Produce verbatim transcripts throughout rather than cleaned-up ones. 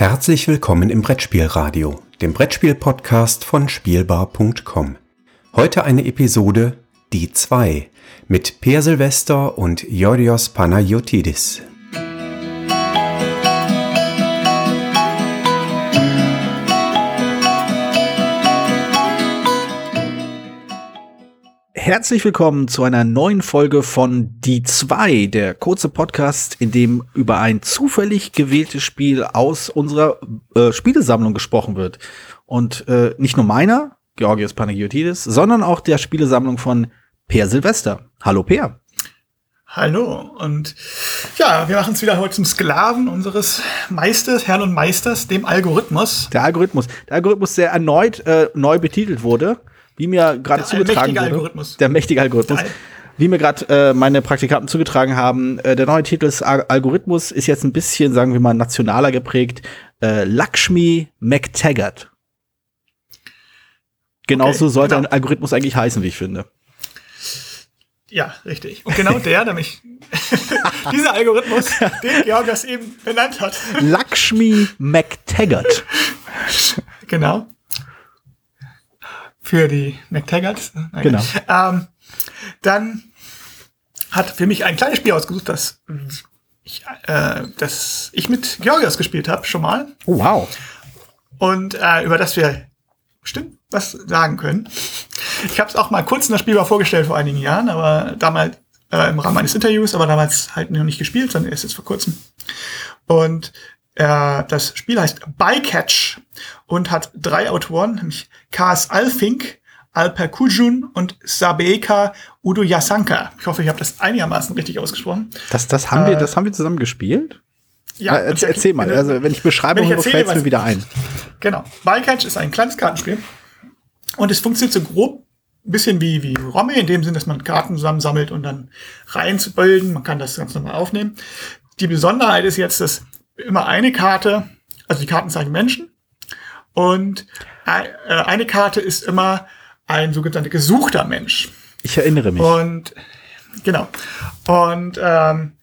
Herzlich willkommen im Brettspielradio, dem Brettspiel-Podcast von Spielbar Punkt com. Heute eine Episode Die zwei mit Per Silvester und Yorios Panayotidis. Herzlich willkommen zu einer neuen Folge von Die zwei, der kurze Podcast, in dem über ein zufällig gewähltes Spiel aus unserer äh, Spielesammlung gesprochen wird. Und äh, nicht nur meiner, Georgios Panayotidis, sondern auch der Spielesammlung von Per Silvester. Hallo Per. Hallo, und ja, wir machen es wieder heute zum Sklaven unseres Meisters, Herrn und Meisters, dem Algorithmus. Der Algorithmus, der Algorithmus, der erneut äh, neu betitelt wurde. Wie mir gerade zugetragen wurde, Algorithmus. der mächtige Algorithmus, der Al- wie mir gerade äh, meine Praktikanten zugetragen haben, äh, der neue Titel des Al- Algorithmus ist jetzt ein bisschen, sagen wir mal, nationaler geprägt, äh, Lakshmi McTaggart. Genauso okay, sollte genau. ein Algorithmus eigentlich heißen, wie ich finde. Ja, richtig. Und genau der, nämlich dieser Algorithmus, den Georgios eben benannt hat. Lakshmi McTaggart. Genau. Für die McTaggart. Genau. Ähm, dann hat für mich ein kleines Spiel ausgesucht, das ich, äh, das ich mit Georgios gespielt habe schon mal. Oh, wow. Und äh, über das wir bestimmt was sagen können. Ich habe es auch mal kurz in der Spielbar vorgestellt vor einigen Jahren, aber damals äh, im Rahmen eines Interviews, aber damals halt noch nicht gespielt, sondern erst jetzt vor kurzem. Und äh, das Spiel heißt Bycatch und hat drei Autoren, nämlich Kaas Alfink, Alper Kujun und Sabeka Udoyasanka. Ich hoffe, ich habe das einigermaßen richtig ausgesprochen. Das, das, haben, äh, wir, das haben wir zusammen gespielt? Ja. Äh, erzähl, erzähl mal, also wenn ich Beschreibung höre, fällt es mir wieder ein. Genau. Bycatch ist ein kleines Kartenspiel und es funktioniert so grob ein bisschen wie, wie Romme, in dem Sinn, dass man Karten zusammensammelt und dann Reihen zu bilden. Man kann das ganz normal aufnehmen. Die Besonderheit ist jetzt, dass immer eine Karte, also die Karten zeigen Menschen, und eine Karte ist immer ein sogenannter gesuchter Mensch. Ich erinnere mich. Und genau. Und ähm,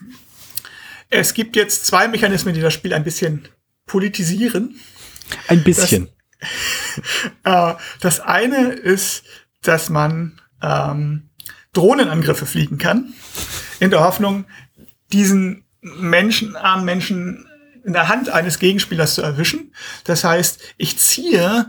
es gibt jetzt zwei Mechanismen, die das Spiel ein bisschen politisieren. Ein bisschen. Das, äh, das eine ist, dass man ähm, Drohnenangriffe fliegen kann, in der Hoffnung, diesen Menschen, armen Menschen in der Hand eines Gegenspielers zu erwischen. Das heißt, ich ziehe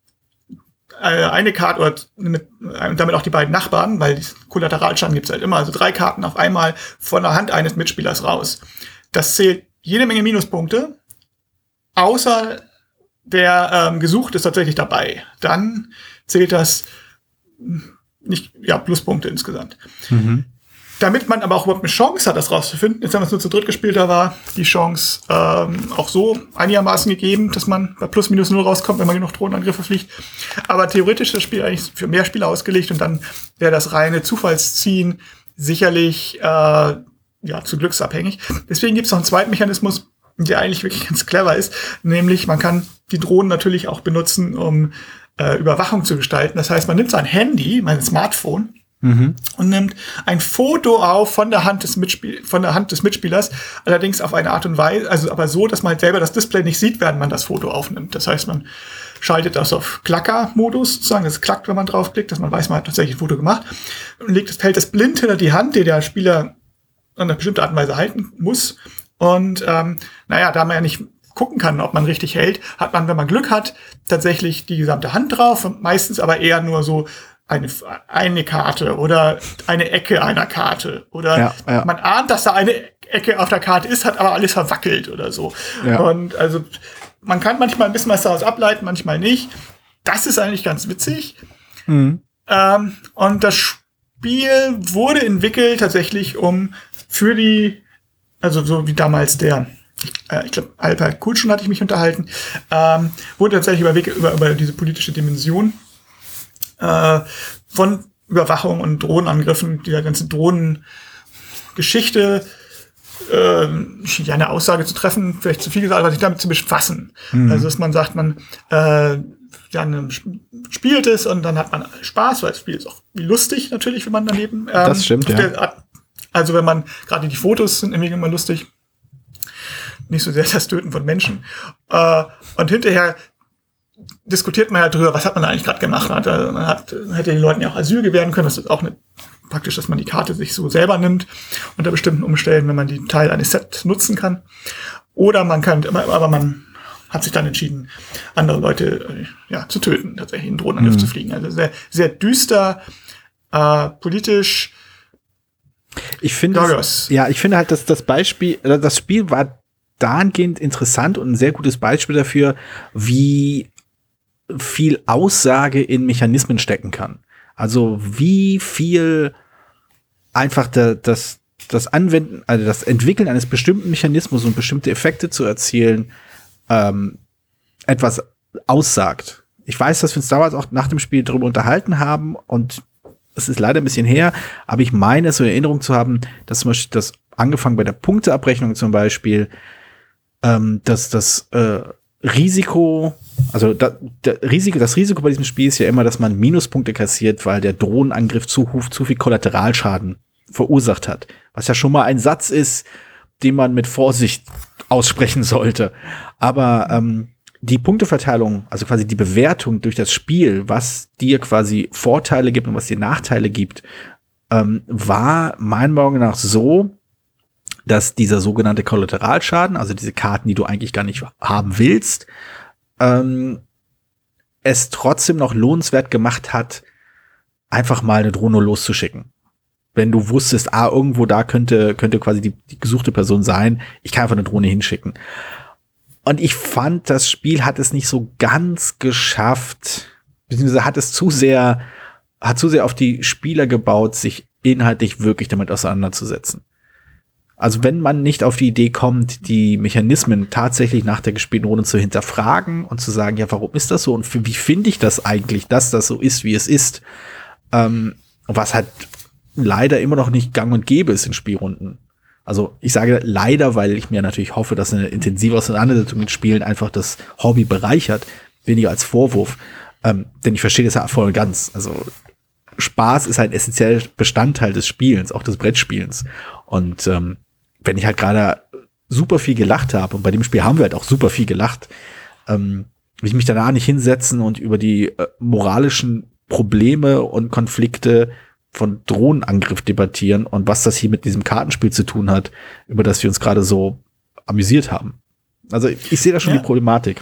äh, eine Karte oder mit, äh, damit auch die beiden Nachbarn, weil Kollateralschaden gibt es halt immer, also drei Karten auf einmal von der Hand eines Mitspielers raus. Das zählt jede Menge Minuspunkte, außer der ähm, Gesuchte ist tatsächlich dabei. Dann zählt das nicht, ja, Pluspunkte insgesamt. Mhm. Damit man aber auch überhaupt eine Chance hat, das rauszufinden, jetzt haben wir es nur zu dritt gespielt, da war die Chance ähm, auch so einigermaßen gegeben, dass man bei plus minus null rauskommt, wenn man genug Drohnenangriffe fliegt. Aber theoretisch ist das Spiel eigentlich für mehr Spieler ausgelegt und dann wäre das reine Zufallsziehen sicherlich äh, ja zu glücksabhängig. Deswegen gibt es noch einen zweiten Mechanismus, der eigentlich wirklich ganz clever ist, nämlich man kann die Drohnen natürlich auch benutzen, um äh, Überwachung zu gestalten. Das heißt, man nimmt sein Handy, mein Smartphone, Mhm. und nimmt ein Foto auf von der Hand des Mitspiel von der Hand des Mitspielers, allerdings auf eine Art und Weise, also aber so, dass man halt selber das Display nicht sieht, während man das Foto aufnimmt. Das heißt, man schaltet das auf Klacker-Modus, sozusagen, es klackt, wenn man draufklickt, dass man weiß, man hat tatsächlich ein Foto gemacht und legt das, hält das blind hinter die Hand, die der Spieler an einer bestimmten Art und Weise halten muss. Und ähm, naja, da man ja nicht gucken kann, ob man richtig hält, hat man, wenn man Glück hat, tatsächlich die gesamte Hand drauf, meistens aber eher nur so eine, eine Karte oder eine Ecke einer Karte oder ja, ja. man ahnt, dass da eine Ecke auf der Karte ist, hat aber alles verwackelt oder so. Ja. Und also man kann manchmal ein bisschen was daraus ableiten, manchmal nicht. Das ist eigentlich ganz witzig. Mhm. Ähm, und das Spiel wurde entwickelt tatsächlich, um für die, also so wie damals der, äh, ich glaube, Alper Kujun hatte ich mich unterhalten, ähm, wurde tatsächlich über, über, über diese politische Dimension von Überwachung und Drohnenangriffen, dieser ganzen Drohnengeschichte, äh, ja, eine Aussage zu treffen, vielleicht zu viel gesagt, aber sich damit zu befassen. Mhm. Also, dass man sagt, man äh, ja, spielt es und dann hat man Spaß, weil das Spiel ist auch lustig natürlich, wenn man daneben ähm, das stimmt, ja. Der, also wenn man, gerade die Fotos sind irgendwie immer lustig. nicht so sehr das Töten von Menschen. Äh, und hinterher diskutiert man halt drüber, was hat man da eigentlich gerade gemacht. Man, hat, man hat, hätte den Leuten ja auch Asyl gewähren können. Das ist auch eine, praktisch, dass man die Karte sich so selber nimmt unter bestimmten Umständen, wenn man die Teil eines Sets nutzen kann. Oder man kann, aber man hat sich dann entschieden, andere Leute ja, zu töten, tatsächlich in Drohnenangriff mhm. zu fliegen. Also sehr, sehr düster, äh, politisch. Ich finde, ja, ich finde halt, dass das Beispiel, das Spiel war dahingehend interessant und ein sehr gutes Beispiel dafür, wie viel Aussage in Mechanismen stecken kann. Also wie viel einfach da, das, das Anwenden, also das Entwickeln eines bestimmten Mechanismus und bestimmte Effekte zu erzielen, ähm, etwas aussagt. Ich weiß, dass wir uns damals auch nach dem Spiel darüber unterhalten haben und es ist leider ein bisschen her, aber ich meine, so in Erinnerung zu haben, dass zum Beispiel das angefangen bei der Punkteabrechnung zum Beispiel, ähm, dass das äh, Risiko, also da, der Risiko, das Risiko bei diesem Spiel ist ja immer, dass man Minuspunkte kassiert, weil der Drohnenangriff zu, zu viel Kollateralschaden verursacht hat. Was ja schon mal ein Satz ist, den man mit Vorsicht aussprechen sollte. Aber ähm, die Punkteverteilung, also quasi die Bewertung durch das Spiel, was dir quasi Vorteile gibt und was dir Nachteile gibt, ähm, war meiner Meinung nach so, dass dieser sogenannte Kollateralschaden, also diese Karten, die du eigentlich gar nicht haben willst, ähm, es trotzdem noch lohnenswert gemacht hat, einfach mal eine Drohne loszuschicken. Wenn du wusstest, ah, irgendwo da könnte, könnte quasi die, die gesuchte Person sein, ich kann einfach eine Drohne hinschicken. Und ich fand, das Spiel hat es nicht so ganz geschafft, beziehungsweise hat es zu sehr, hat zu sehr auf die Spieler gebaut, sich inhaltlich wirklich damit auseinanderzusetzen. Also wenn man nicht auf die Idee kommt, die Mechanismen tatsächlich nach der gespielten Runde zu hinterfragen und zu sagen, ja, warum ist das so und für, wie finde ich das eigentlich, dass das so ist, wie es ist, ähm, was halt leider immer noch nicht gang und gäbe ist in Spielrunden. Also ich sage leider, weil ich mir natürlich hoffe, dass eine intensive Auseinandersetzung mit Spielen einfach das Hobby bereichert, weniger als Vorwurf. Ähm, denn ich verstehe das ja voll und ganz. Also Spaß ist ein essentieller Bestandteil des Spielens, auch des Brettspielens. Und ähm, wenn ich halt gerade super viel gelacht habe, und bei dem Spiel haben wir halt auch super viel gelacht, ähm, will ich mich danach nicht hinsetzen und über die äh, moralischen Probleme und Konflikte von Drohnenangriff debattieren und was das hier mit diesem Kartenspiel zu tun hat, über das wir uns gerade so amüsiert haben. Also ich, ich sehe da schon ja. die Problematik.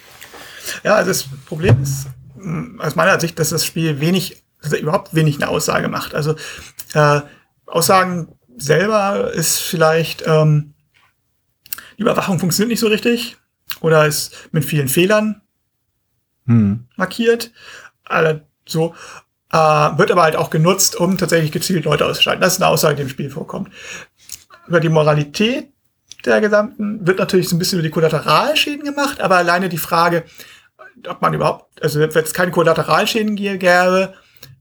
Ja, also das Problem ist aus meiner Sicht, dass das Spiel wenig, also überhaupt wenig eine Aussage macht. Also äh, Aussagen selber ist vielleicht, ähm, die Überwachung funktioniert nicht so richtig oder ist mit vielen Fehlern hm. markiert. Also, so äh, wird aber halt auch genutzt, um tatsächlich gezielt Leute auszuschalten. Das ist eine Aussage, die im Spiel vorkommt. Über die Moralität der gesamten wird natürlich so ein bisschen über die Kollateralschäden gemacht, aber alleine die Frage, ob man überhaupt, also wenn es keine Kollateralschäden gäbe,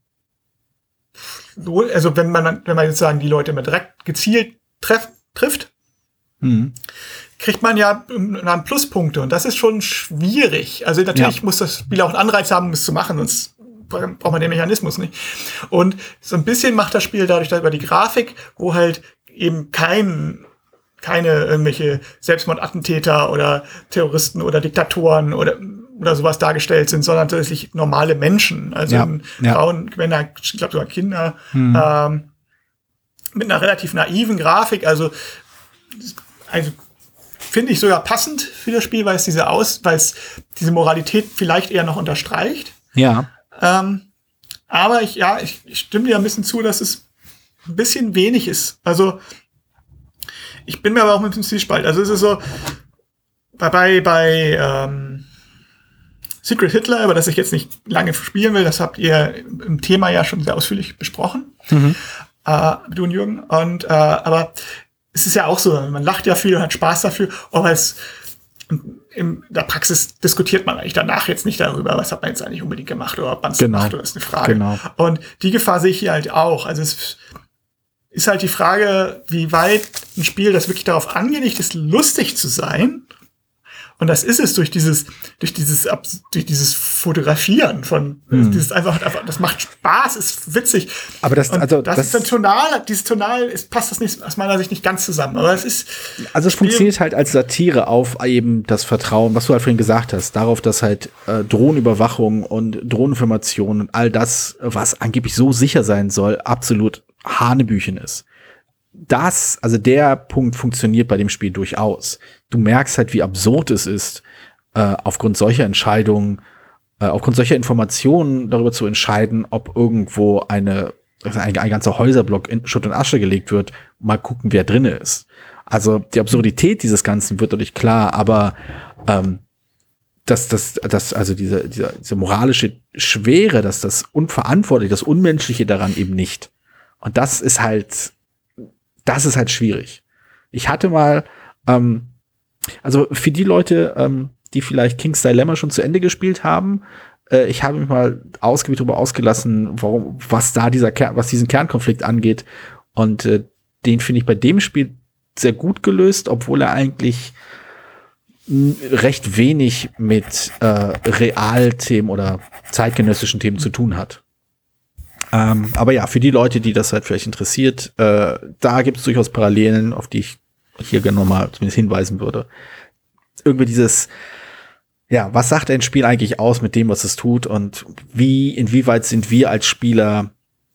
so, also wenn man, wenn man jetzt sagen, die Leute immer direkt gezielt treff, trifft, mhm. kriegt man ja dann Pluspunkte und das ist schon schwierig. Also natürlich ja. muss das Spiel auch einen Anreiz haben, um es zu machen, sonst braucht man den Mechanismus nicht. Und so ein bisschen macht das Spiel dadurch über die Grafik, wo halt eben kein keine irgendwelche Selbstmordattentäter oder Terroristen oder Diktatoren oder oder sowas dargestellt sind, sondern tatsächlich normale Menschen, also ja, ja. Frauen, Männer, ich glaube sogar Kinder, hm. ähm, mit einer relativ naiven Grafik, also, also finde ich sogar passend für das Spiel, weil es diese Aus, weil es diese Moralität vielleicht eher noch unterstreicht. Ja. Ähm, aber ich, ja, ich, ich stimme dir ein bisschen zu, dass es ein bisschen wenig ist. Also ich bin mir aber auch mit dem Zwiespalt. Also es ist so, bei, bei, bei ähm, Secret Hitler, über das ich jetzt nicht lange spielen will, das habt ihr im Thema ja schon sehr ausführlich besprochen, mhm. äh, du und Jürgen. Und, äh, aber es ist ja auch so, man lacht ja viel und hat Spaß dafür, aber es in der Praxis diskutiert man eigentlich danach jetzt nicht darüber, was hat man jetzt eigentlich unbedingt gemacht oder ob man es genau. gemacht oder ist eine Frage. Genau. Und die Gefahr sehe ich hier halt auch. Also es ist halt die Frage, wie weit ein Spiel, das wirklich darauf angelegt ist, lustig zu sein, Und das ist es durch dieses, durch dieses, durch dieses Fotografieren von, hm. dieses einfach, einfach, das macht Spaß, ist witzig. Aber das, und also, das, das ist dann tonal, dieses Tonal ist, passt das nicht, aus meiner Sicht nicht ganz zusammen. Aber es ist. Also, es funktioniert halt als Satire auf eben das Vertrauen, was du halt vorhin gesagt hast, darauf, dass halt äh, Drohnenüberwachung und Drohneninformation und all das, was angeblich so sicher sein soll, absolut Hanebüchen ist. Das, also der Punkt funktioniert bei dem Spiel durchaus. Du merkst halt, wie absurd es ist, äh, aufgrund solcher Entscheidungen, äh, aufgrund solcher Informationen darüber zu entscheiden, ob irgendwo eine, also ein, ein ganzer Häuserblock in Schutt und Asche gelegt wird. Mal gucken, wer drinne ist. Also die Absurdität dieses Ganzen wird dadurch klar, aber ähm, dass das, das, also diese, diese, diese moralische Schwere, dass das Unverantwortliche, das Unmenschliche daran eben nicht. Und das ist halt Das ist halt schwierig. Ich hatte mal, ähm, also für die Leute, ähm, die vielleicht King's Dilemma schon zu Ende gespielt haben, äh, ich habe mich mal ausgiebig darüber ausgelassen, warum, was da dieser Kern, was diesen Kernkonflikt angeht. Und äh, den finde ich bei dem Spiel sehr gut gelöst, obwohl er eigentlich m, recht wenig mit äh, Realthemen oder zeitgenössischen Themen zu tun hat. Ähm, aber ja, für die Leute, die das halt vielleicht interessiert, äh, da gibt es durchaus Parallelen, auf die ich hier gerne nochmal zumindest hinweisen würde. Irgendwie dieses, ja, was sagt ein Spiel eigentlich aus mit dem, was es tut und wie, inwieweit sind wir als Spieler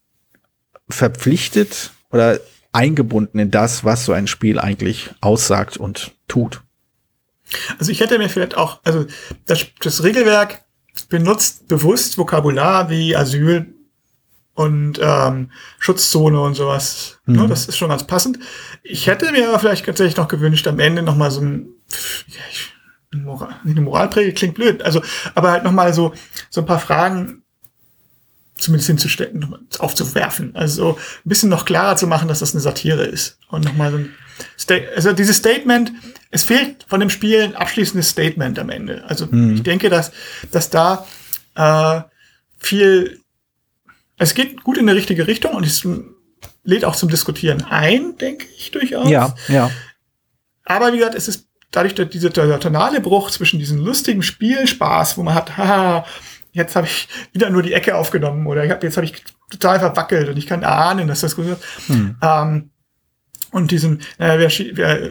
verpflichtet oder eingebunden in das, was so ein Spiel eigentlich aussagt und tut? Also ich hätte mir vielleicht auch, also das, das Regelwerk benutzt bewusst Vokabular wie Asyl und ähm, Schutzzone und sowas. Mhm. Ne, das ist schon ganz passend. Ich hätte mir aber vielleicht tatsächlich noch gewünscht, am Ende noch mal so ein, ja, ich, ein Moral, nicht eine Moralpräge, klingt blöd, also, aber halt noch mal so, so ein paar Fragen zumindest hinzustellen, aufzuwerfen. Also ein bisschen noch klarer zu machen, dass das eine Satire ist. Und noch mal so ein Sta- also dieses Statement, es fehlt von dem Spiel ein abschließendes Statement am Ende. Also mhm. ich denke, dass, dass da äh, viel es geht gut in die richtige Richtung und es lädt auch zum Diskutieren ein, denke ich durchaus. Ja, ja. Aber wie gesagt, es ist dadurch der, dieser der tonale Bruch zwischen diesem lustigen Spielspaß, wo man hat, haha, jetzt habe ich wieder nur die Ecke aufgenommen oder ich hab, jetzt habe ich total verwackelt und ich kann ahnen, dass das gut ist. Hm. Ähm, und diesen, äh, wir, wir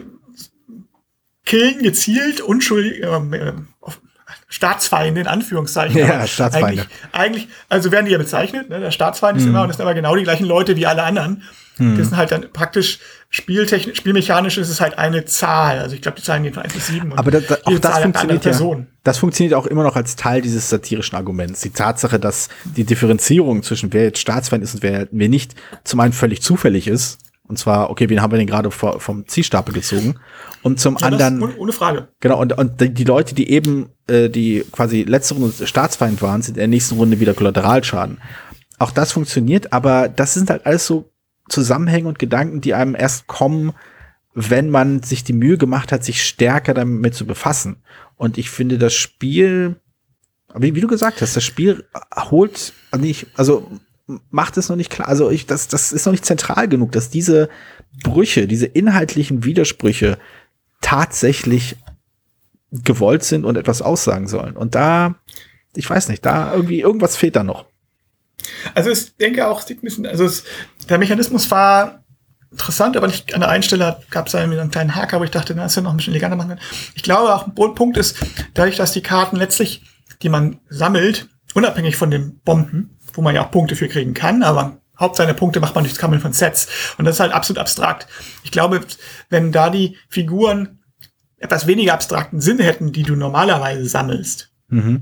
killen gezielt unschuldig, äh, Staatsfeinde in Anführungszeichen. Ja, Staatsfeinde. Eigentlich, eigentlich, also werden die ja bezeichnet, ne? Der Staatsfeind ist hm. immer, und das sind aber genau die gleichen Leute wie alle anderen. Hm. Das sind halt dann praktisch spieltechnisch, spielmechanisch ist es halt eine Zahl. Also ich glaube, die Zahlen gehen von eins bis sieben. Aber das, das, auch das funktioniert ja, das funktioniert auch immer noch als Teil dieses satirischen Arguments. Die Tatsache, dass die Differenzierung zwischen wer jetzt Staatsfeind ist und wer, wer nicht, zum einen völlig zufällig ist. Und zwar, okay, wen haben wir denn gerade vor, vom Zielstapel gezogen? Und zum ja, anderen, ohne, ohne Frage. Genau, und, und die Leute, die eben, äh, die quasi letzte Runde Staatsfeind waren, sind in der nächsten Runde wieder Kollateralschaden. Auch das funktioniert, aber das sind halt alles so Zusammenhänge und Gedanken, die einem erst kommen, wenn man sich die Mühe gemacht hat, sich stärker damit zu befassen. Und ich finde, das Spiel, wie, wie du gesagt hast, das Spiel holt nicht, also macht es noch nicht klar, also ich, das, das ist noch nicht zentral genug, dass diese Brüche, diese inhaltlichen Widersprüche tatsächlich gewollt sind und etwas aussagen sollen. Und da, ich weiß nicht, da irgendwie, irgendwas fehlt da noch. Also ich denke auch, also es, der Mechanismus war interessant, aber nicht an der einen Stelle gab es einen kleinen Haker, wo ich dachte, na, das hätte noch ein bisschen eleganter machen können. Ich glaube auch, ein Punkt ist, dadurch, dass die Karten letztlich, die man sammelt, unabhängig von den Bomben, wo man ja auch Punkte für kriegen kann, aber Haupt seiner Punkte macht man durch das Sammeln von Sets. Und das ist halt absolut abstrakt. Ich glaube, wenn da die Figuren etwas weniger abstrakten Sinn hätten, die du normalerweise sammelst, mhm.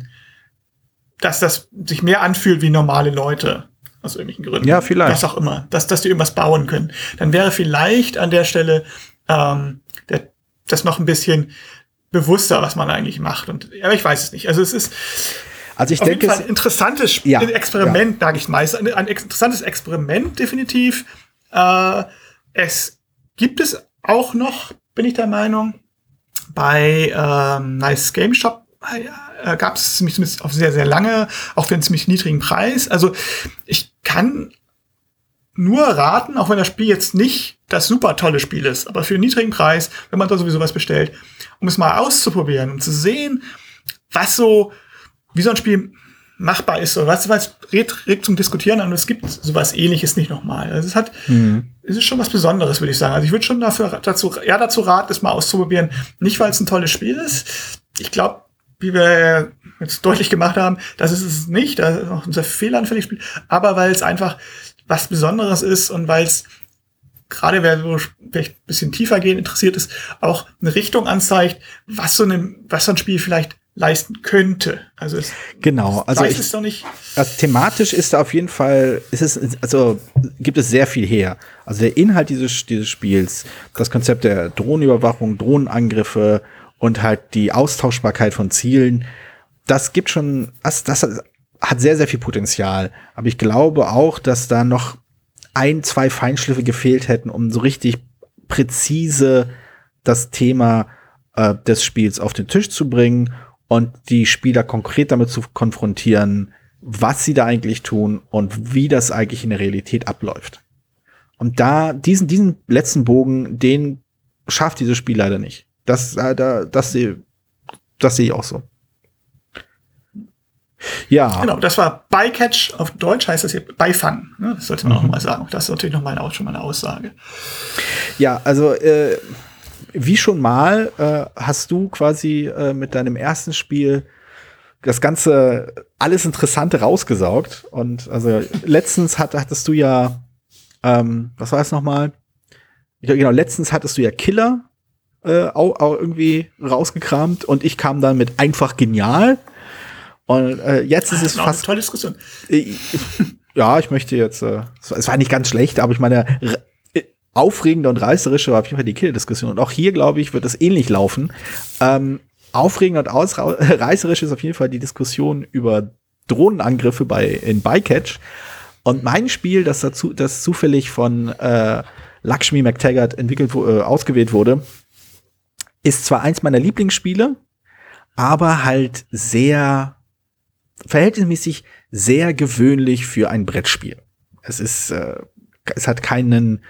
dass das sich mehr anfühlt wie normale Leute, aus irgendwelchen Gründen. Ja, vielleicht. Was auch immer. Dass, dass die irgendwas bauen können. Dann wäre vielleicht an der Stelle ähm, der, das noch ein bisschen bewusster, was man eigentlich macht. Und, aber ich weiß es nicht. Also es ist Also ich auf denke, jeden Fall ein interessantes ja, Experiment, ja. sage ich meist. Ein, ein interessantes Experiment, definitiv. Äh, es gibt es auch noch, bin ich der Meinung, bei ähm, Nice Game Shop äh, gab es zumindest auf sehr, sehr lange, auch für einen ziemlich niedrigen Preis. Also ich kann nur raten, auch wenn das Spiel jetzt nicht das super tolle Spiel ist, aber für einen niedrigen Preis, wenn man da sowieso was bestellt, um es mal auszuprobieren und zu sehen, was so, wie so ein Spiel machbar ist, so was, was regt, regt zum Diskutieren an, und es gibt sowas Ähnliches nicht nochmal. Also es hat, mhm. es ist schon was Besonderes, würde ich sagen. Also ich würde schon dafür, dazu, ja, dazu raten, es mal auszuprobieren. Nicht, weil es ein tolles Spiel ist. Ich glaube, wie wir jetzt deutlich gemacht haben, das ist es nicht. Das ist auch ein sehr fehleranfälliges Spiel. Aber weil es einfach was Besonderes ist und weil es, gerade wer so vielleicht ein bisschen tiefer gehen interessiert ist, auch eine Richtung anzeigt, was so, eine, was so ein Spiel vielleicht leisten könnte. Also es, genau, also weiß ich, es doch nicht. Also thematisch ist da auf jeden Fall, ist es, also gibt es sehr viel her. Also der Inhalt dieses, dieses Spiels, das Konzept der Drohnenüberwachung, Drohnenangriffe und halt die Austauschbarkeit von Zielen, das gibt schon, das, das hat sehr, sehr viel Potenzial. Aber ich glaube auch, dass da noch ein, zwei Feinschliffe gefehlt hätten, um so richtig präzise das Thema äh, des Spiels auf den Tisch zu bringen und die Spieler konkret damit zu konfrontieren, was sie da eigentlich tun und wie das eigentlich in der Realität abläuft. Und da, diesen, diesen letzten Bogen, den schafft dieses Spiel leider nicht. Das, äh, da, das sehe, das sehe ich auch so. Ja. Genau, das war Bycatch, auf Deutsch heißt das hier Beifangen. Ne? Das sollte man mhm. auch mal sagen. Das ist natürlich noch mal eine, schon mal eine Aussage. Ja, also, äh, wie schon mal äh, hast du quasi äh, mit deinem ersten Spiel das ganze, alles Interessante rausgesaugt. Und also letztens hat, hattest du ja, ähm, was war es nochmal? Genau, letztens hattest du ja Killer äh, auch, auch irgendwie rausgekramt und ich kam dann mit einfach genial. Und äh, jetzt ist es fast eine tolle Diskussion. Äh, ja, ich möchte jetzt, äh, es war nicht ganz schlecht, aber ich meine, aufregende und reißerische war auf jeden Fall die Killer-Diskussion. Und auch hier, glaube ich, wird es ähnlich laufen. Ähm, aufregend und ausra- reißerisch ist auf jeden Fall die Diskussion über Drohnenangriffe bei in Bycatch. Und mein Spiel, das dazu, das zufällig von äh, Lakshmi McTaggart entwickelt, äh, ausgewählt wurde, ist zwar eins meiner Lieblingsspiele, aber halt sehr verhältnismäßig sehr gewöhnlich für ein Brettspiel. Es ist, äh, es hat keinen,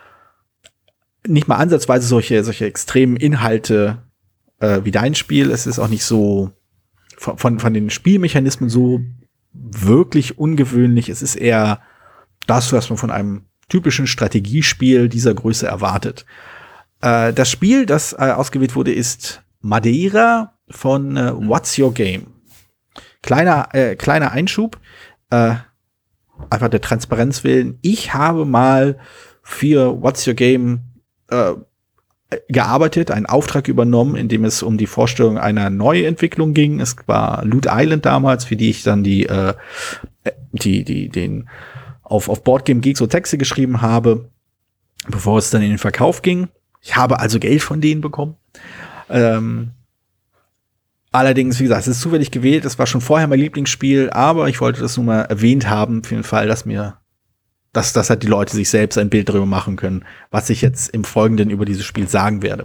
nicht mal ansatzweise solche, solche extremen Inhalte äh, wie dein Spiel. Es ist auch nicht so von, von, von den Spielmechanismen so wirklich ungewöhnlich. Es ist eher das, was man von einem typischen Strategiespiel dieser Größe erwartet. Äh, das Spiel, das äh, ausgewählt wurde, ist Madeira von äh, What's Your Game? Kleiner, äh, kleiner Einschub, äh, einfach der Transparenz willen. Ich habe mal für What's Your Game äh, gearbeitet, einen Auftrag übernommen, in dem es um die Vorstellung einer Neuentwicklung ging. Es war Loot Island damals, für die ich dann die, äh, die, die, den auf, auf Boardgame Geek so Texte geschrieben habe, bevor es dann in den Verkauf ging. Ich habe also Geld von denen bekommen. Ähm, Allerdings, wie gesagt, es ist zufällig gewählt. Das war schon vorher mein Lieblingsspiel, aber ich wollte das nur mal erwähnt haben, für den Fall, dass mir, dass, dass halt die Leute sich selbst ein Bild darüber machen können, was ich jetzt im Folgenden über dieses Spiel sagen werde.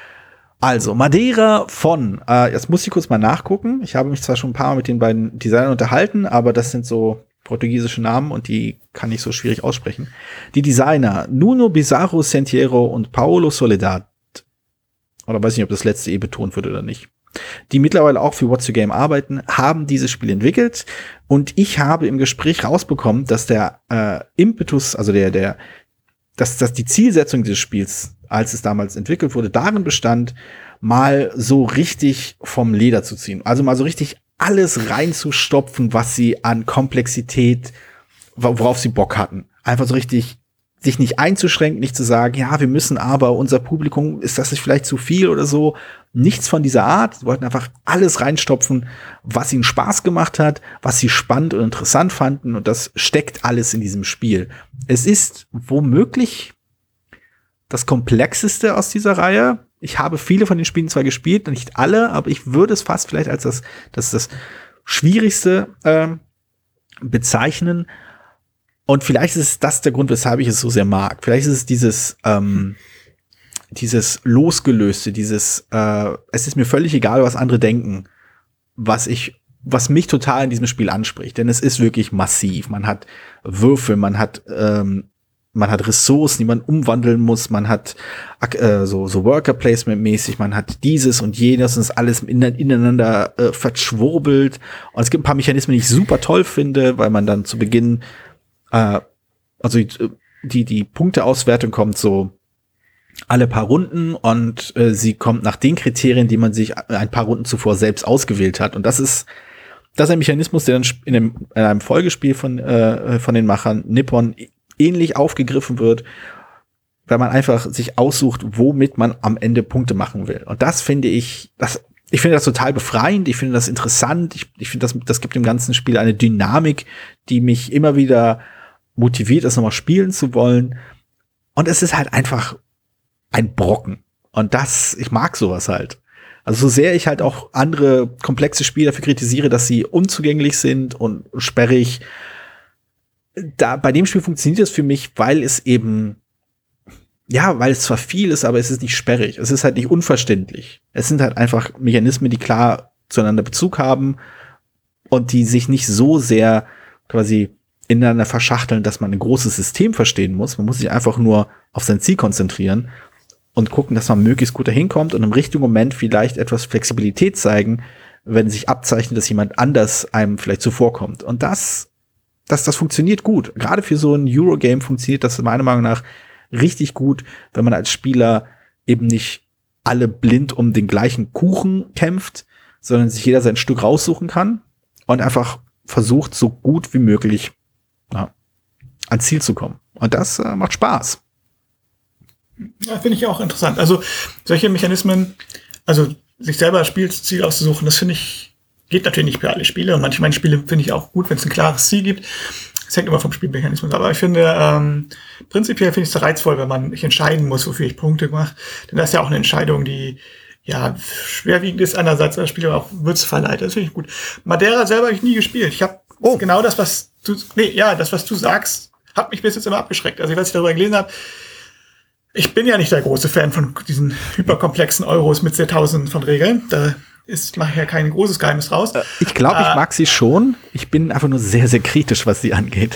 Also, Madeira von, äh, jetzt muss ich kurz mal nachgucken. Ich habe mich zwar schon ein paar Mal mit den beiden Designern unterhalten, aber das sind so portugiesische Namen und die kann ich so schwierig aussprechen. Die Designer Nuno Bizarro Sentiero und Paolo Soledad. Oder weiß nicht, ob das letzte eh betont wird oder nicht. Die mittlerweile auch für What's Your Game arbeiten, haben dieses Spiel entwickelt. Und ich habe im Gespräch rausbekommen, dass der äh, Impetus, also der, der, dass, dass die Zielsetzung dieses Spiels, als es damals entwickelt wurde, darin bestand, mal so richtig vom Leder zu ziehen. Also mal so richtig alles reinzustopfen, was sie an Komplexität, worauf sie Bock hatten. Einfach so richtig sich nicht einzuschränken, nicht zu sagen, ja, wir müssen aber, unser Publikum, ist das nicht vielleicht zu viel oder so? Nichts von dieser Art. Sie wollten einfach alles reinstopfen, was ihnen Spaß gemacht hat, was sie spannend und interessant fanden. Und das steckt alles in diesem Spiel. Es ist womöglich das Komplexeste aus dieser Reihe. Ich habe viele von den Spielen zwar gespielt, nicht alle, aber ich würde es fast vielleicht als das, das, das Schwierigste äh, bezeichnen. Und vielleicht ist das der Grund, weshalb ich es so sehr mag. Vielleicht ist es dieses, ähm, dieses Losgelöste, dieses, äh, es ist mir völlig egal, was andere denken, was ich, was mich total in diesem Spiel anspricht. Denn es ist wirklich massiv. Man hat Würfel, man hat ähm, man hat Ressourcen, die man umwandeln muss, man hat äh, so, so Worker-Placement-mäßig, man hat dieses und jenes und ist alles ineinander äh, verschwurbelt. Und es gibt ein paar Mechanismen, die ich super toll finde, weil man dann zu Beginn, äh, also die, die Punkteauswertung kommt so alle paar Runden und äh, sie kommt nach den Kriterien, die man sich ein paar Runden zuvor selbst ausgewählt hat. Und das ist, das ist ein Mechanismus, der dann in einem, in einem Folgespiel von, äh, von den Machern Nippon ähnlich aufgegriffen wird, weil man einfach sich aussucht, womit man am Ende Punkte machen will. Und das finde ich, das, ich finde das total befreiend, ich finde das interessant, ich, ich finde, das, das gibt dem ganzen Spiel eine Dynamik, die mich immer wieder motiviert, das nochmal spielen zu wollen. Und es ist halt einfach ein Brocken. Und das, ich mag sowas halt. Also so sehr ich halt auch andere komplexe Spiele dafür kritisiere, dass sie unzugänglich sind und sperrig, da bei dem Spiel funktioniert es für mich, weil es eben, ja, weil es zwar viel ist, aber es ist nicht sperrig. Es ist halt nicht unverständlich. Es sind halt einfach Mechanismen, die klar zueinander Bezug haben und die sich nicht so sehr quasi ineinander verschachteln, dass man ein großes System verstehen muss. Man muss sich einfach nur auf sein Ziel konzentrieren und gucken, dass man möglichst gut dahin kommt und im richtigen Moment vielleicht etwas Flexibilität zeigen, wenn sich abzeichnet, dass jemand anders einem vielleicht zuvorkommt. Und das Das, das funktioniert gut. Gerade für so ein Eurogame funktioniert das meiner Meinung nach richtig gut, wenn man als Spieler eben nicht alle blind um den gleichen Kuchen kämpft, sondern sich jeder sein Stück raussuchen kann und einfach versucht, so gut wie möglich ja, ans Ziel zu kommen. Und das äh, macht Spaß. Ja, finde ich auch interessant. Also solche Mechanismen, also sich selber das Spielziel auszusuchen, das finde ich geht natürlich nicht für alle Spiele und manche meine Spiele finde ich auch gut, wenn es ein klares Ziel gibt. Es hängt immer vom Spielmechanismus. Aber ich finde, ähm, prinzipiell finde ich es reizvoll, wenn man sich entscheiden muss, wofür ich Punkte mache. Denn das ist ja auch eine Entscheidung, die ja schwerwiegend ist, andererseits das Spiel auch Würze verleiht. Das finde ich gut. Madeira selber habe ich nie gespielt. Ich habe oh. genau das, was du, nee, ja, das, was du sagst, hat mich bis jetzt immer abgeschreckt. Also, was ich darüber gelesen habe, ich bin ja nicht der große Fan von diesen hyperkomplexen Euros mit sehr tausenden von Regeln. Da ist, mache ich ja kein großes Geheimnis raus. Ich glaube, ich mag sie schon. Ich bin einfach nur sehr, sehr kritisch, was sie angeht.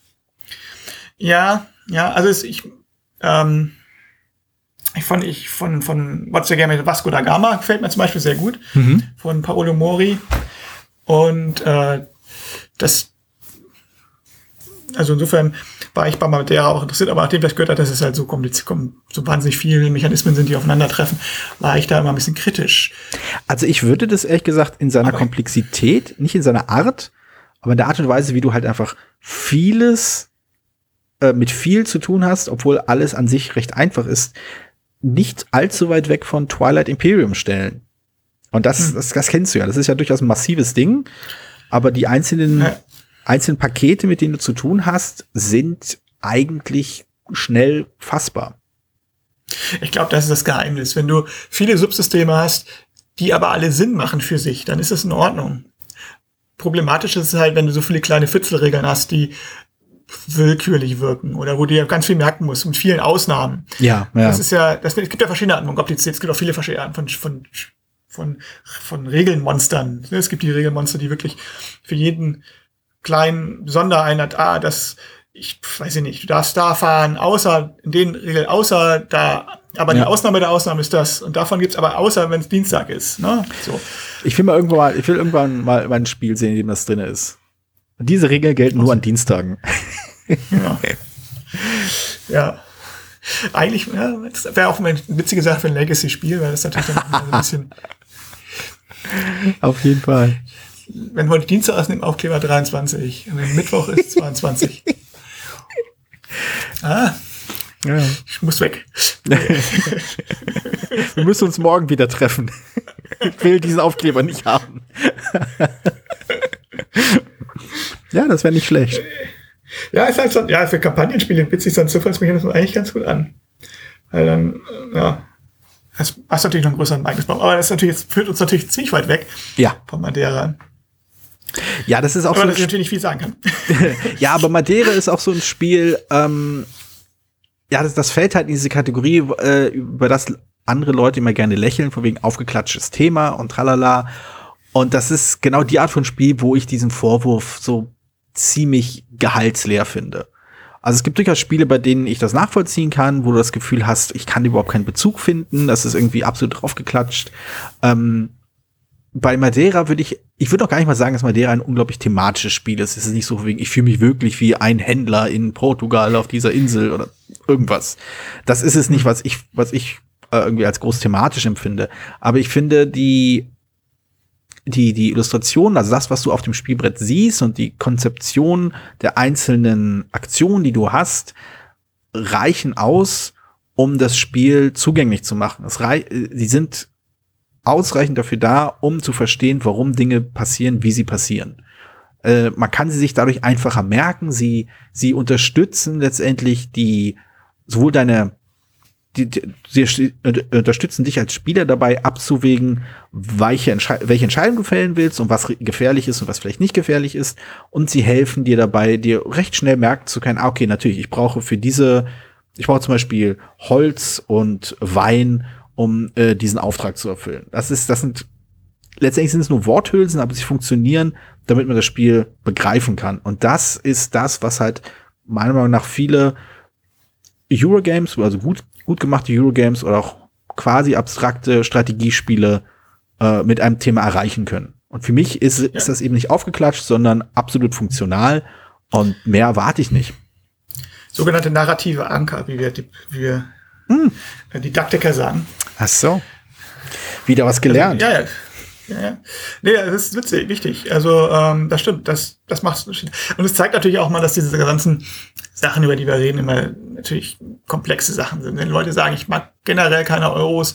Ja, ja, also es, ich, ähm, ich fand ich von, von What's the Game, Vasco da Gama gefällt mir zum Beispiel sehr gut. Mhm. Von Paolo Mori. Und, äh, das, also insofern war ich bei Madeira auch interessiert, aber nachdem ich gehört habe, dass es halt so kompliziert, so wahnsinnig viele Mechanismen sind, die aufeinandertreffen, war ich da immer ein bisschen kritisch. Also ich würde das ehrlich gesagt in seiner aber Komplexität, nicht in seiner Art, aber in der Art und Weise, wie du halt einfach vieles äh, mit viel zu tun hast, obwohl alles an sich recht einfach ist, nicht allzu weit weg von Twilight Imperium stellen. Und das, hm. das, das kennst du ja. Das ist ja durchaus ein massives Ding, aber die einzelnen ja. einzelnen Pakete, mit denen du zu tun hast, sind eigentlich schnell fassbar. Ich glaube, das ist das Geheimnis. Wenn du viele Subsysteme hast, die aber alle Sinn machen für sich, dann ist das in Ordnung. Problematisch ist es halt, wenn du so viele kleine Fitzelregeln hast, die willkürlich wirken oder wo du ja ganz viel merken musst, mit vielen Ausnahmen. Ja, ja. Das ist ja, das, es gibt ja verschiedene Arten von Komplexität. Es gibt auch viele verschiedene Arten von, von, von, von Regelmonstern. Es gibt die Regelmonster, die wirklich für jeden kleinen Sondereinheit, ah, das, ich weiß nicht, du darfst da fahren, außer, in den Regeln, außer da, aber ja. Die Ausnahme der Ausnahme ist das. Und davon gibt's aber außer, wenn es Dienstag ist, ne? So. Ich will mal irgendwann mal, ich will irgendwann mal, mal ein Spiel sehen, in dem das drin ist. Und diese Regeln gelten nur an Dienstagen. Ja. Ja. Eigentlich, ja, das wäre auch eine witzige Sache für ein Legacy-Spiel, weil das natürlich dann ein bisschen. Auf jeden Fall. Wenn heute Dienstag ist, nimmt Aufkleber dreiundzwanzig. Und wenn Mittwoch ist zweiundzwanzig. Ah. Ja. Ich muss weg. Wir müssen uns morgen wieder treffen. Ich will diesen Aufkleber nicht haben. Ja, das wäre nicht schlecht. Ja, ist halt so, ja, für Kampagnenspiele bietet sich so ein Zufallsmechanismus eigentlich ganz gut an. Weil dann, ja, das hast natürlich noch einen größeren Ereignisbaum. Aber das ist natürlich, das führt uns natürlich ziemlich weit weg. Ja. Von Madeira. Ja, das ist auch aber so. Dass ich natürlich nicht viel sagen kann. Ja, aber Madeira ist auch so ein Spiel, ähm, ja, das, das fällt halt in diese Kategorie, äh, über das andere Leute immer gerne lächeln, von wegen aufgeklatschtes Thema und tralala. Und das ist genau die Art von Spiel, wo ich diesen Vorwurf so ziemlich gehaltsleer finde. Also es gibt durchaus Spiele, bei denen ich das nachvollziehen kann, wo du das Gefühl hast, ich kann überhaupt keinen Bezug finden, das ist irgendwie absolut draufgeklatscht. Ähm, bei Madeira würde ich, ich würde auch gar nicht mal sagen, dass Madeira ein unglaublich thematisches Spiel ist. Es ist nicht so, ich fühle mich wirklich wie ein Händler in Portugal auf dieser Insel oder irgendwas. Das ist es nicht, was ich, was ich äh, irgendwie als groß thematisch empfinde. Aber ich finde, die die die Illustration, also das, was du auf dem Spielbrett siehst und die Konzeption der einzelnen Aktionen, die du hast, reichen aus, um das Spiel zugänglich zu machen. Es rei- sie sind ausreichend dafür da, um zu verstehen, warum Dinge passieren, wie sie passieren. Äh, man kann sie sich dadurch einfacher merken. Sie sie unterstützen letztendlich die sowohl deine Die, die, sie unterstützen dich als Spieler dabei, abzuwägen, welche, Entschei- welche Entscheidung du fällen willst und was gefährlich ist und was vielleicht nicht gefährlich ist. Und sie helfen dir dabei, dir recht schnell merken zu können, ah, okay, natürlich, ich brauche für diese, ich brauche zum Beispiel Holz und Wein, um äh, diesen Auftrag zu erfüllen. Das ist, das sind, letztendlich sind es nur Worthülsen, aber sie funktionieren, damit man das Spiel begreifen kann. Und das ist das, was halt meiner Meinung nach viele Eurogames, also gut gut gemachte Eurogames oder auch quasi abstrakte Strategiespiele äh, mit einem Thema erreichen können. Und für mich ist, ja. ist das eben nicht aufgeklatscht, sondern absolut funktional und mehr erwarte ich nicht. Sogenannte narrative Anker, wie wir, die, wie wir hm. Didaktiker sagen. Ach so. Wieder was gelernt. Also, ja, ja. Ja, ja. Nee, das ist witzig, wichtig. Also, ähm, das stimmt, das, das macht und es zeigt natürlich auch mal, dass diese ganzen Sachen, über die wir reden, immer natürlich komplexe Sachen sind. Wenn Leute sagen, ich mag generell keine Euros,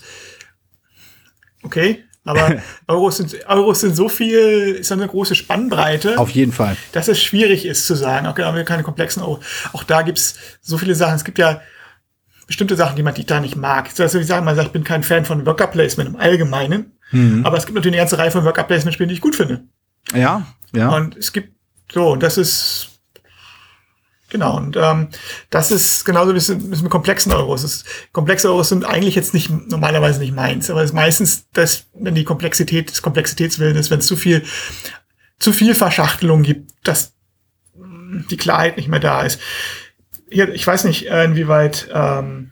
okay, aber Euros sind, Euros sind so viel, ist eine große Spannbreite. Auf jeden Fall. Dass es schwierig ist zu sagen, okay, haben wir keine komplexen Euros. Auch da gibt's so viele Sachen. Es gibt ja bestimmte Sachen, die man die da nicht mag. Also ich sage mal, ich bin kein Fan von Worker Placement im Allgemeinen. Mhm. Aber es gibt natürlich eine ganze Reihe von Worker-Placement-Spielen, die ich gut finde. Ja, ja. Und es gibt so, und das ist genau, und ähm, das ist genauso wie es mit, mit komplexen Euros. Das, komplexe Euros sind eigentlich jetzt nicht normalerweise nicht meins, aber es ist meistens das, wenn die Komplexität des Komplexitätswillen ist, wenn es zu viel zu viel Verschachtelung gibt, dass die Klarheit nicht mehr da ist. Hier, ich weiß nicht, inwieweit ähm,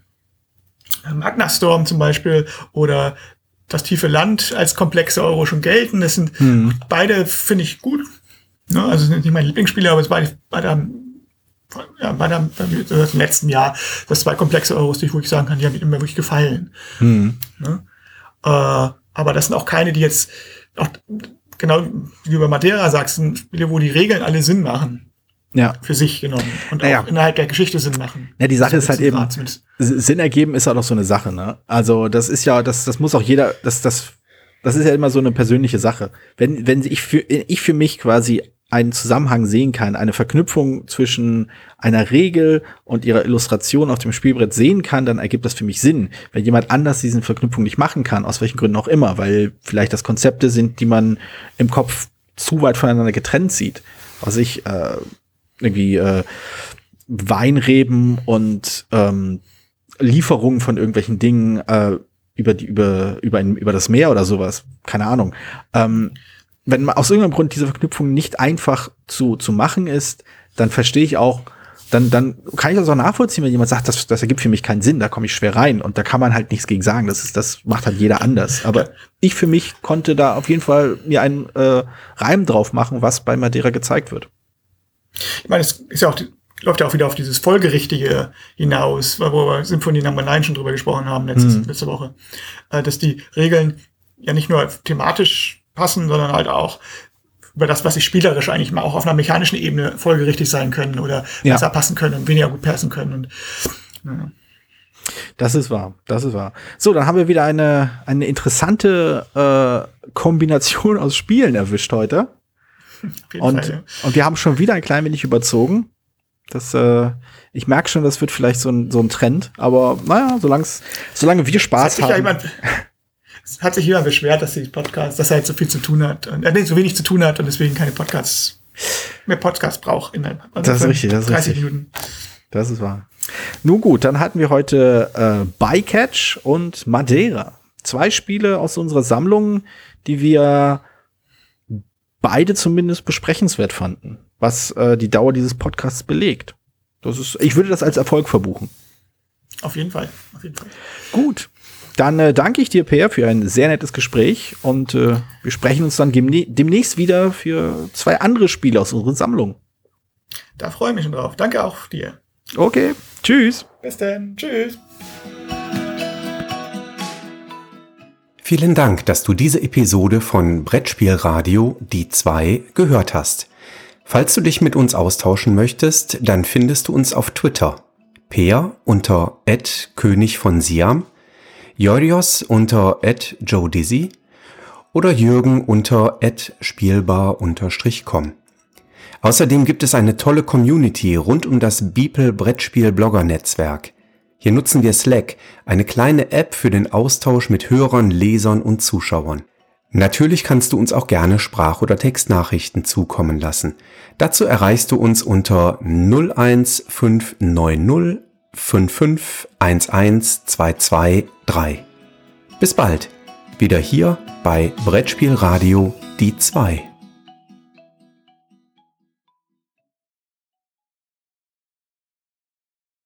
Magna Storm zum Beispiel oder das tiefe Land als komplexe Euro schon gelten. Das sind hm. beide, finde ich, gut. Ne? Also sind nicht meine Lieblingsspiele, aber es beide, beide haben, ja, beide haben im letzten Jahr das zwei komplexe Euros, die ich wirklich sagen kann, die haben mir wirklich gefallen. Hm. Ne? Äh, aber das sind auch keine, die jetzt auch genau wie du bei Madeira sagst, sind Spiele, wo die Regeln alle Sinn machen. Ja. Für sich genommen. Und naja. auch innerhalb der Geschichte Sinn machen. Ja, die Sache also ist halt eben, zumindest. Sinn ergeben ist auch noch so eine Sache, ne? Also, das ist ja, das, das muss auch jeder, das, das, das ist ja immer so eine persönliche Sache. Wenn, wenn ich für, ich für mich quasi einen Zusammenhang sehen kann, eine Verknüpfung zwischen einer Regel und ihrer Illustration auf dem Spielbrett sehen kann, dann ergibt das für mich Sinn. Wenn jemand anders diesen Verknüpfung nicht machen kann, aus welchen Gründen auch immer, weil vielleicht das Konzepte sind, die man im Kopf zu weit voneinander getrennt sieht. Also ich, äh, irgendwie äh, Weinreben und ähm, Lieferungen von irgendwelchen Dingen äh, über die über über ein, über das Meer oder sowas, keine Ahnung. Ähm, wenn man aus irgendeinem Grund diese Verknüpfung nicht einfach zu zu machen ist, dann verstehe ich auch, dann dann kann ich das auch nachvollziehen, wenn jemand sagt, das das ergibt für mich keinen Sinn, da komme ich schwer rein und da kann man halt nichts gegen sagen. Das ist das macht halt jeder anders. Aber ich für mich konnte da auf jeden Fall mir einen äh, Reim drauf machen, was bei Madeira gezeigt wird. Ich meine, es ist ja auch, läuft ja auch wieder auf dieses Folgerichtige hinaus, wo wir Symphonie Number neun schon drüber gesprochen haben letztes, hm. letzte Woche, äh, dass die Regeln ja nicht nur thematisch passen, sondern halt auch über das, was sie spielerisch eigentlich mal auch auf einer mechanischen Ebene folgerichtig sein können oder ja. besser passen können und weniger gut passen können. Und, ja. Das ist wahr, das ist wahr. So, dann haben wir wieder eine, eine interessante äh, Kombination aus Spielen erwischt heute. Und, Fall, ja. und wir haben schon wieder ein klein wenig überzogen. Das, äh, ich merke schon, das wird vielleicht so ein, so ein Trend. Aber naja, solange wir Spaß haben. Ja jemand, es hat sich jemand beschwert, dass die Podcast, dass er halt so viel zu tun hat. Und, äh, so wenig zu tun hat und deswegen keine Podcasts, mehr Podcasts braucht. In also das ist richtig, das ist dreißig richtig. Minuten. Das ist wahr. Nun gut, dann hatten wir heute äh, Bycatch und Madeira. Zwei Spiele aus unserer Sammlung, die wir beide zumindest besprechenswert fanden, was äh, die Dauer dieses Podcasts belegt. Das ist, ich würde das als Erfolg verbuchen. Auf jeden Fall, auf jeden Fall. Gut, dann äh, danke ich dir, Per, für ein sehr nettes Gespräch und äh, wir sprechen uns dann demne- demnächst wieder für zwei andere Spiele aus unserer Sammlung. Da freue ich mich schon drauf. Danke auch dir. Okay, tschüss. Bis dann, tschüss. Vielen Dank, dass du diese Episode von Brettspielradio Die zwei gehört hast. Falls du dich mit uns austauschen möchtest, dann findest du uns auf Twitter. Peer unter at König von Siam, Jorios unter at Joe Dizzy oder Jürgen unter at Spielbar unterstrich com. Außerdem gibt es eine tolle Community rund um das Beeple Brettspiel-Blogger-Netzwerk. Hier nutzen wir Slack, eine kleine App für den Austausch mit Hörern, Lesern und Zuschauern. Natürlich kannst du uns auch gerne Sprach- oder Textnachrichten zukommen lassen. Dazu erreichst du uns unter null eins fünf neun null fünf fünf eins eins zwei zwei drei. Bis bald, wieder hier bei Brettspielradio Die zwei.